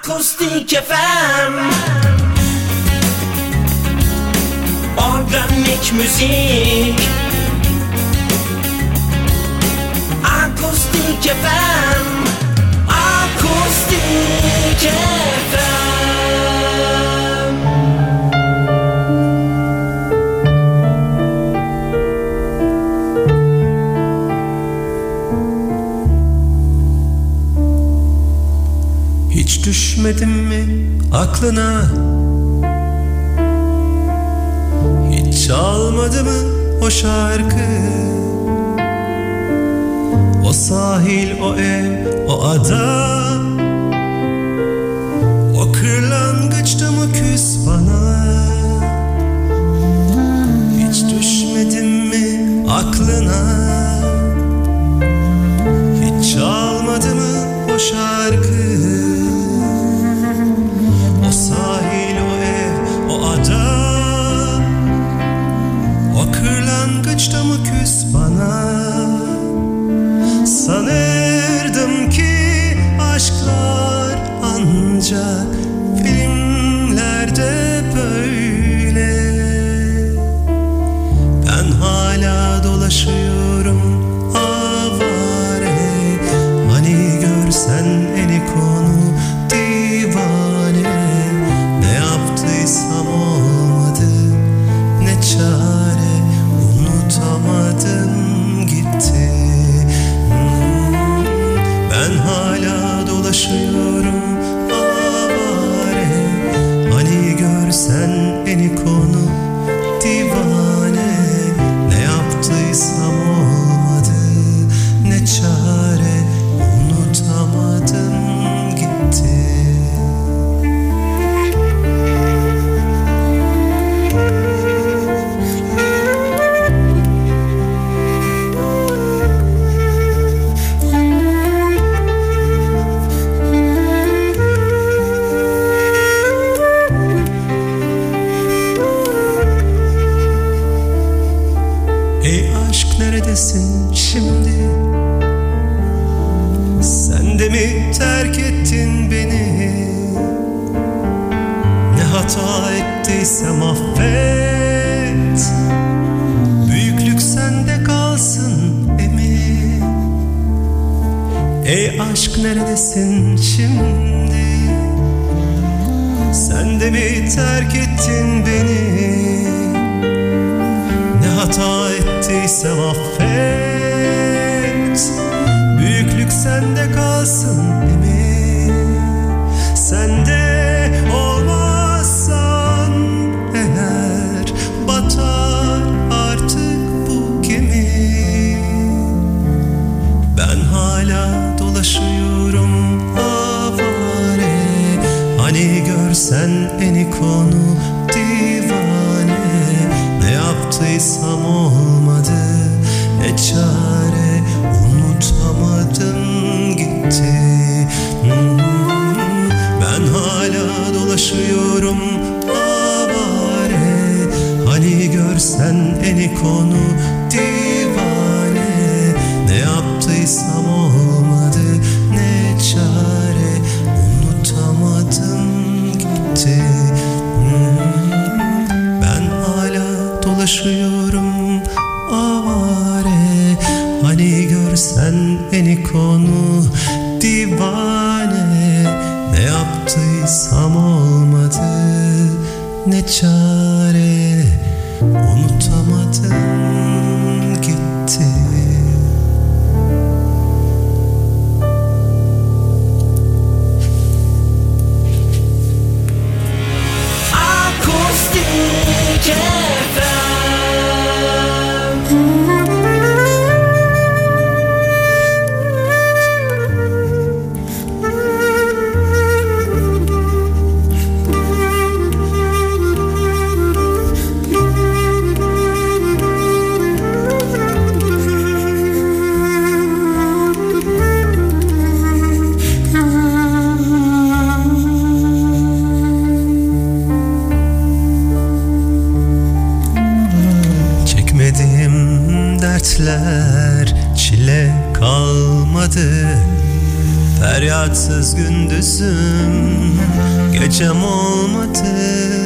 Akustik FM, organik müzik. Akustik FM, Akustik FM. Hiç düşmedim mi aklına? Hiç çalmadı mı o şarkı? O sahil, o ev, o ada, o kırlangıçta mı küs bana? Hiç düşmedim mi aklına? Hiç çalmadı mı o şarkı? O sahil, o ev, o ada, o kırlangıçta mı küs bana? Sanırdım ki aşklar ancak filmlerde böyle. Ben hala dolaşıyorum avare, hani görsen eli konu divane. Ne yaptıysam olmadı, ne çare, unutamadım gitti. Ben hala dolaşıyorum avare, hani görsen eli konu divane. Ne yaptıysam olmadı, ne çare, unutamadım gitti. Ey aşk, neredesin şimdi? Sen de mi terk ettin beni? Ne hata ettiysem affet, büyüklük sende kalsın emin. Ey aşk, neredesin şimdi? Sen de mi terk ettin beni? Ne hata ettiysem affet, büyüklük sende kalsın emin. Sende olmazsan eğer, batar artık bu gemi. Ben hala dolaşıyorum avare, hani görsen eni konu divane. Ne yaptıysam olmadı, ne çare, unutamadım gitti. Ben hala dolaşıyorum avare, hani görsen eni konu divane. Ne yaptıysam olmadı, ne çare, unutamadım gitti. Dolaşıyorum avare, hani görsen eni konu divane. Ne yaptıysam olmadı, ne çare, unutamadım gitti. Akustik FM. dertler, çile kalmadı. Feryatsız gündüzüm, gecem olmadı.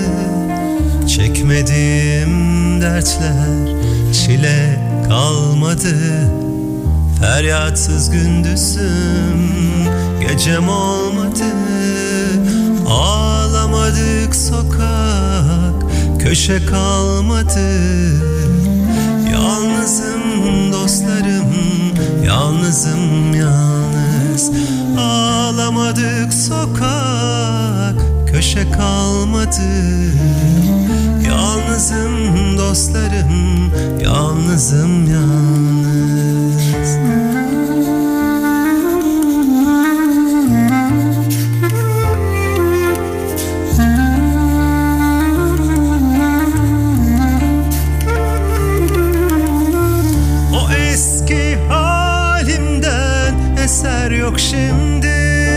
Çekmediğim dertler, çile kalmadı. Feryatsız gündüzüm, gecem olmadı. Ağlamadık sokak, köşe kalmadı. Yalnızım dostlarım, yalnızım yalnız. Ağlamadık sokak, köşe kalmadı. Yalnızım dostlarım, yalnızım yalnız. O eski halimden eser yok şimdi.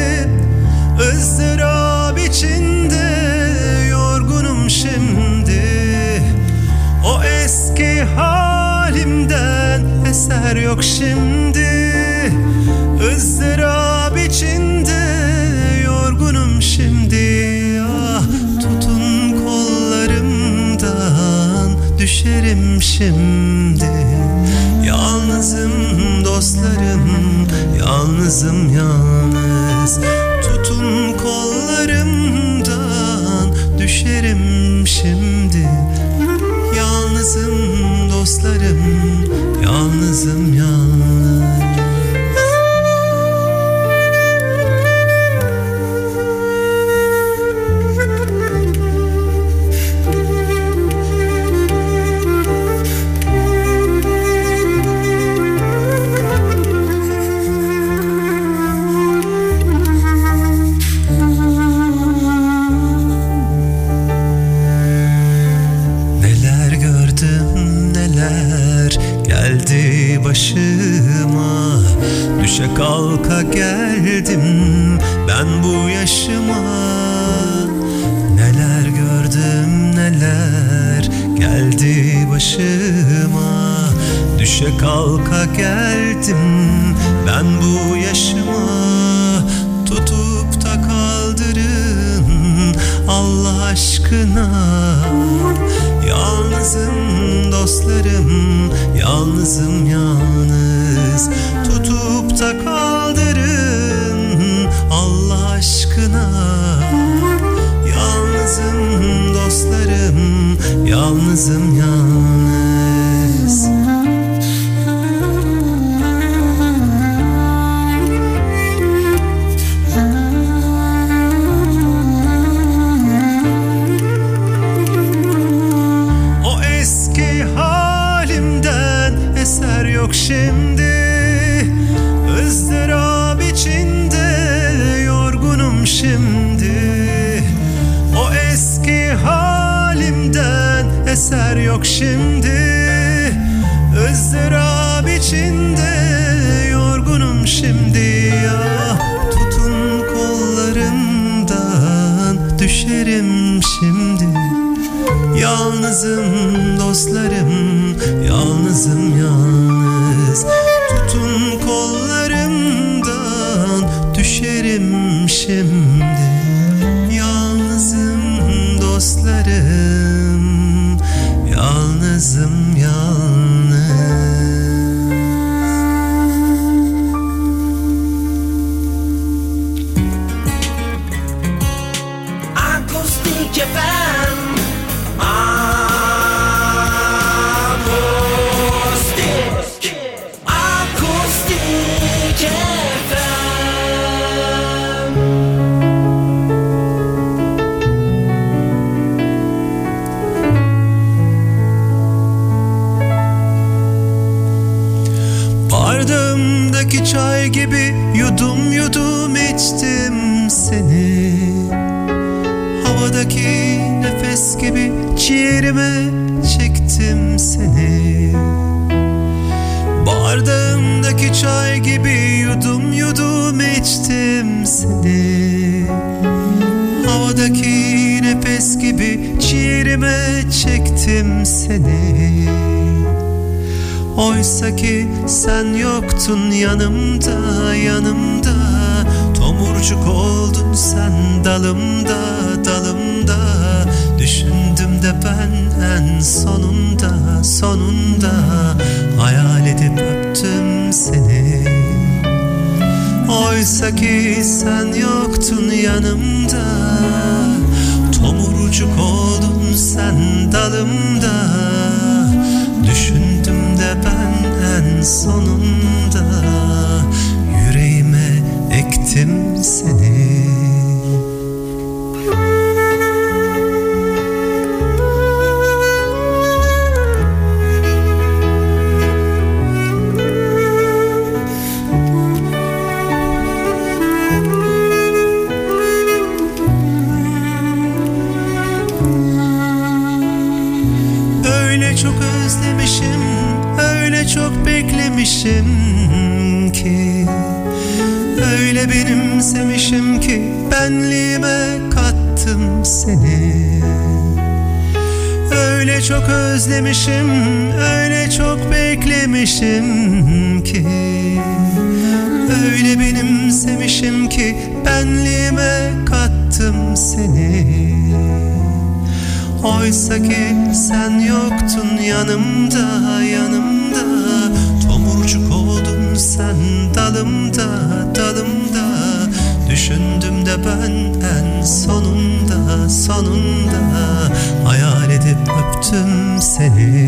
ızdırap içinde yorgunum şimdi. O eski halimden eser yok şimdi. ızdırap içinde yorgunum şimdi. Ah, tutun kollarımdan düşerim şimdi. Yalnızım dostlarım, yalnızım yalnız. Tutun kollarımdan düşerim şimdi. Yalnızım dostlarım, yalnızım yalnız. Başıma düşe kalka geldim ben bu yaşıma. Neler gördüm neler geldi başıma. Düşe kalka geldim ben bu yaşıma. Tutup da kaldırın Allah aşkına. Yalnızım dostlarım, yalnızım yalnız. Tutup da kaldırın Allah aşkına. Yalnızım dostlarım, yalnızım yalnız. Eser yok şimdi. ızdırap içinde yorgunum şimdi. O eski halimden eser yok şimdi. ızdırap içinde yorgunum şimdi. Ya tutun kollarımdan düşerim şimdi. Yalnızım dostlarım, yalnızım yalnız. Tutun kollarımdan düşerim şimdi. Yalnızım dostlarım, yalnızım yalnız. Akustik FM. Bardağımdaki çay gibi yudum yudum içtim seni. Havadaki nefes gibi ciğerime çektim seni. Bardağımdaki çay gibi yudum yudum içtim seni. Havadaki nefes gibi ciğerime çektim seni. Oysa ki sen yoktun yanımda, yanımda. Tomurcuk oldun sen dalımda, dalımda. Düşündüm de ben en sonunda hayal edip öptüm seni. Oysa ki sen yoktun yanımda. Tomurcuk oldun sen dalımda. Düşündüm de ben en sonunda yüreğime ektim seni. Öyle çok özlemişim, öyle çok beklemişim ki, öyle benimsemişim ki benliğime kattım seni. Öyle çok özlemişim, öyle çok beklemişim ki, öyle benimsemişim ki benliğime kattım seni. Oysa ki sen yoktun yanımda. Tomurcuk oldun sen dalımda. Düşündüm de ben en sonunda hayal edip öptüm seni.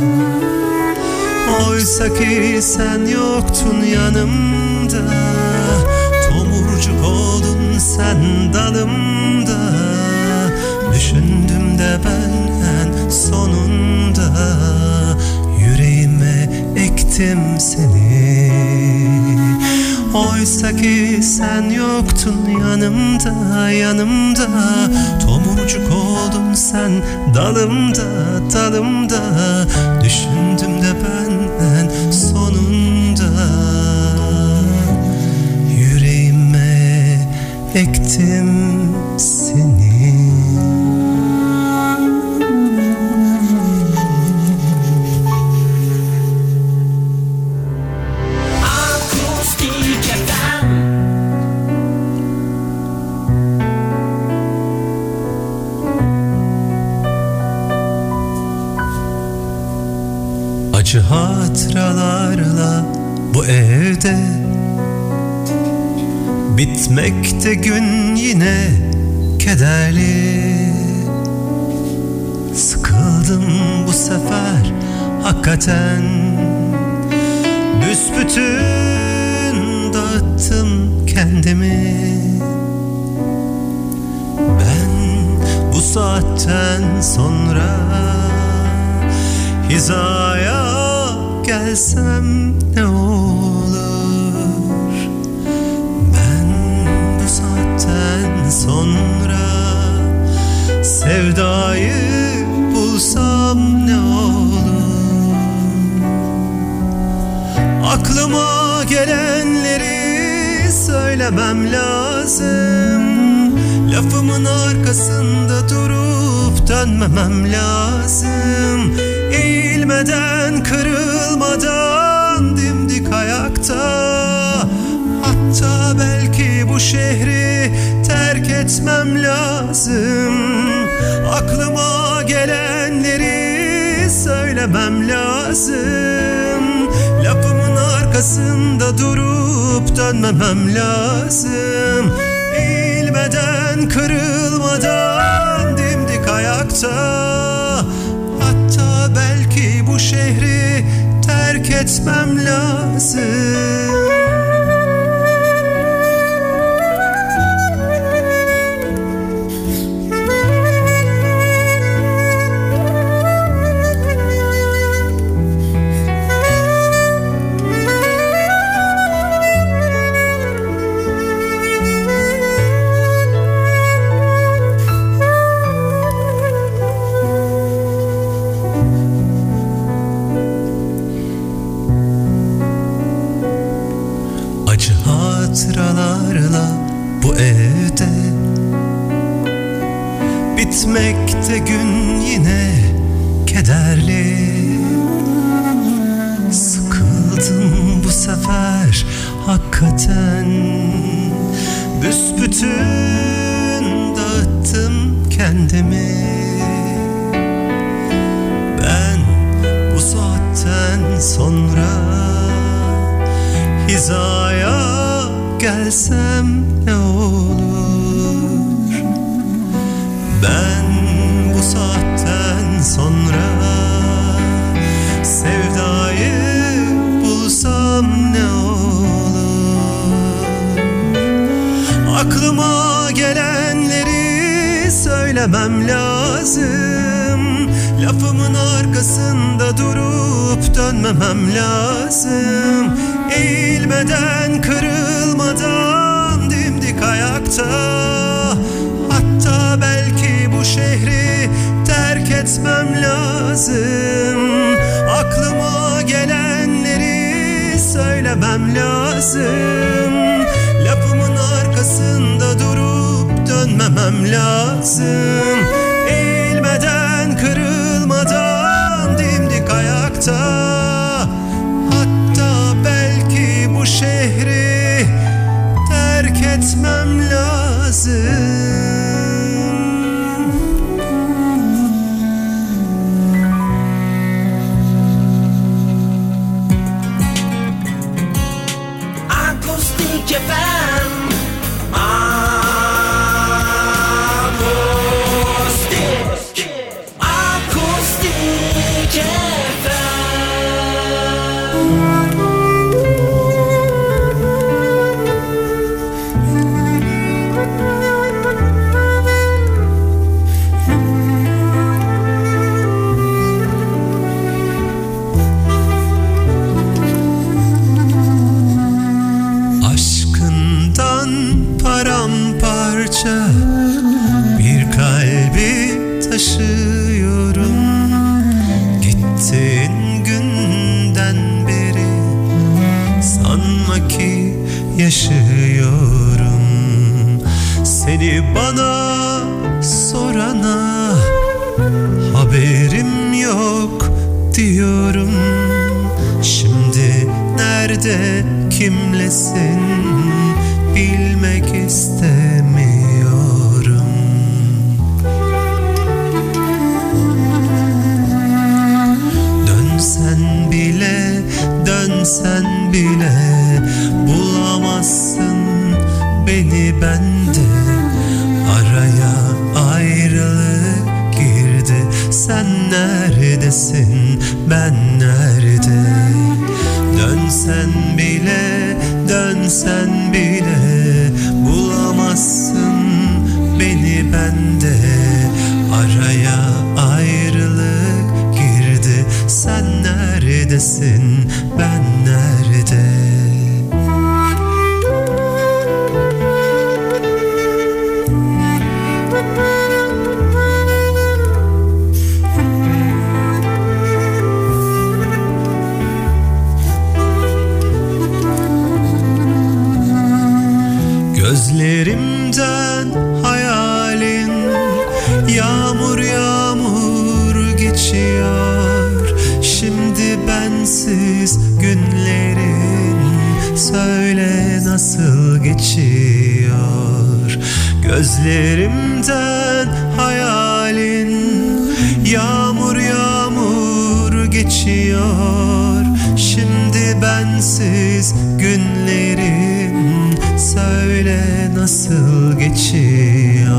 Oysa ki sen yoktun yanımda. Tomurcuk oldun sen dalımda. Düşündüm de ben en sonunda yüreğime ektim seni. Oysa ki sen yoktun yanımda. Tomurcuk oldun sen dalımda. Düşündüm de ben en sonunda yüreğime ektim seni. Acı hatıralarla bu evde bitmekte gün yine kederli. Sıkıldım bu sefer hakikaten. Büsbütün dağıttım kendimi. Ben bu saatten sonra hizaya gelsem ne olur? Ben bu saatten sonra sevdayı bulsam ne olur? Aklıma gelenleri söylemem lazım. Lafımın arkasında durup dönmemem lazım. Eğilmeden, kırılmadan dimdik ayakta. Hatta belki bu şehri terk etmem lazım. Aklıma gelenleri söylemem lazım. Lafımın arkasında durup dönmemem lazım. Eğilmeden, kırılmadan dimdik ayakta. Hatta belki bu şehri terk etmem lazım. Hatıralarla bu evde bitmekte gün yine kederli. Sıkıldım bu sefer hakikaten. Büsbütün dağıttım kendimi. Ben bu saatten sonra hizaya gelsem ne olur? Ben bu saatten sonra sevdayı bulsam ne olur? Aklıma gelenleri söylemem lazım. Lafımın arkasında durup dönmemem lazım. Eğilmeden, kırılmadan dimdik ayakta. Hatta belki bu şehri terk etmem lazım. Aklıma gelenleri söylemem lazım. Lafımın arkasında durup dönmemem lazım. Eğilmeden, kırılmadan dimdik ayakta. Hatta belki bu şehri terk etmem lazım. Akustik FM. Akustik FM. Aşkından paramparça bir kalbi taşıyorum. Gittiğin günden beri sanma ki yaşıyorum. Seni bana sorana haberim yok diyorum. Şimdi nerede, kimlesin bilmek istemiyorum. Dönsen bile, dönsen bile bulamazsın beni bende. Araya ayrılık girdi. Sen neredesin, ben nerede? Dönsen bile, dönsen bile bulamazsın beni bende. Araya ayrılık girdi. Sen neredesin, ben nerede? Gözlerimden hayalin yağmur yağmur geçiyor. Şimdi bensiz günlerin söyle nasıl geçiyor. Gözlerimden hayalin yağmur yağmur geçiyor. Şimdi bensiz günlerin söyle nasıl geçiyor.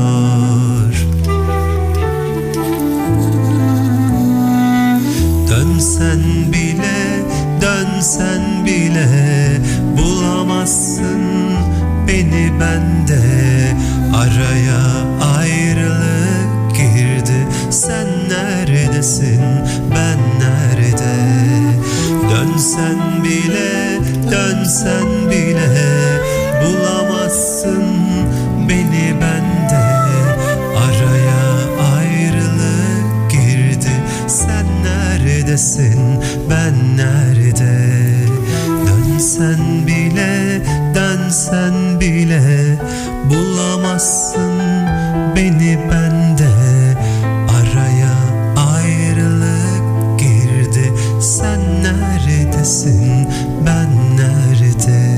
Dönsen bile, dönsen bile bulamazsın beni bende. Araya ayrılık girdi. Sen neredesin, ben nerede? Dönsen bile, dönsen bile bulamazsın beni bende. Araya ayrılık girdi. Sen neredesin, ben nerede? Dönsen bile, dönsen bile bulamazsın beni bende. Araya ayrılık girdi. Sen neredesin, ben nerede?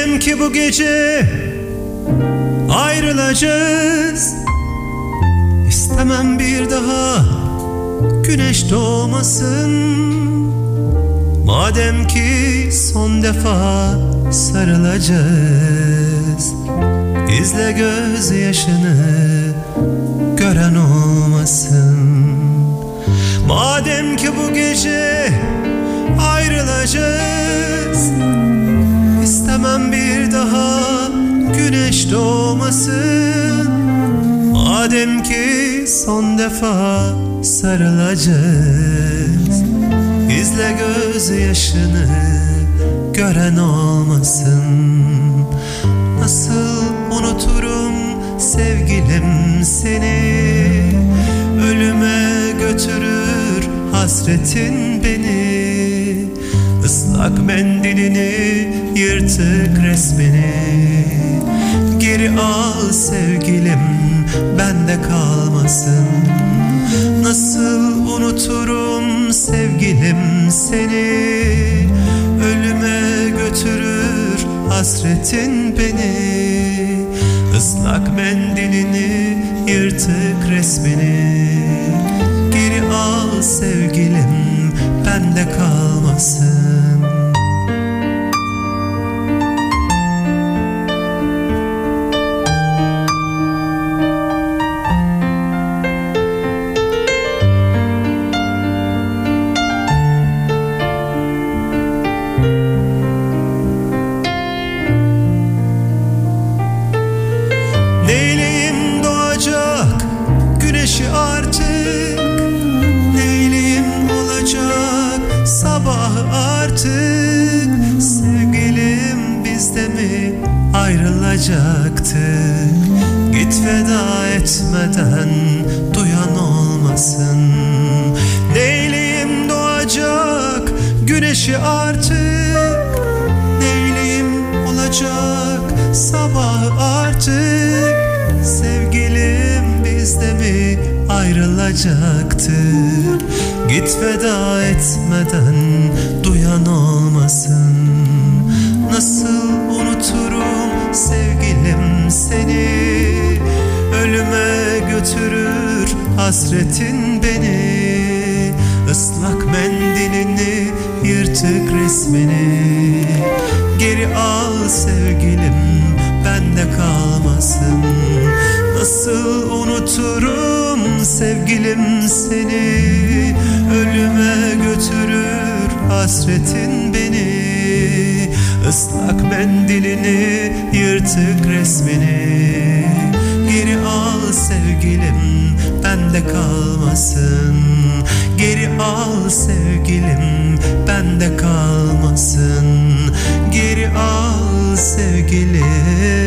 Madem ki bu gece ayrılacağız, İstemem bir daha güneş doğmasın. Madem ki son defa sarılacağız, İzle gözyaşını gören olmasın. Madem ki bu gece ayrılacağız, İstemem bir daha güneş doğmasın. Madem ki son defa sarılacağız, İzle gözyaşını gören olmasın. Nasıl unuturum sevgilim seni, ölüme götürür hasretin beni. Islak mendilini, yırtık resmini geri al sevgilim, bende kalmasın. Nasıl unuturum sevgilim seni, ölüme götürür hasretin beni. Islak mendilini, yırtık resmini geri al sevgilim, bende kalmasın. Neyleyim doğacak güneşi artık, neyleyim olacak sabahı artık. Sevgilim biz de mi ayrılacaktık? Git veda etmeden duyan olmasın. Neyleyim doğacak güneşi artık, neyleyim olacak sabahı artık. Sevgilim biz de mi ayrılacaktık? Git veda etmeden duyan olmasın. Nasıl unuturum sevgilim seni, ölüme götürür hasretin beni. Islak mendilini, yırtık resmini geri al sevgilim, bende kalmasın. Nasıl unuturum sevgilim seni, ölüme götürür hasretin beni. Islak mendilini, yırtık resmini geri al sevgilim, bende kalmasın. Geri al sevgilim, bende kalmasın. Geri al sevgilim,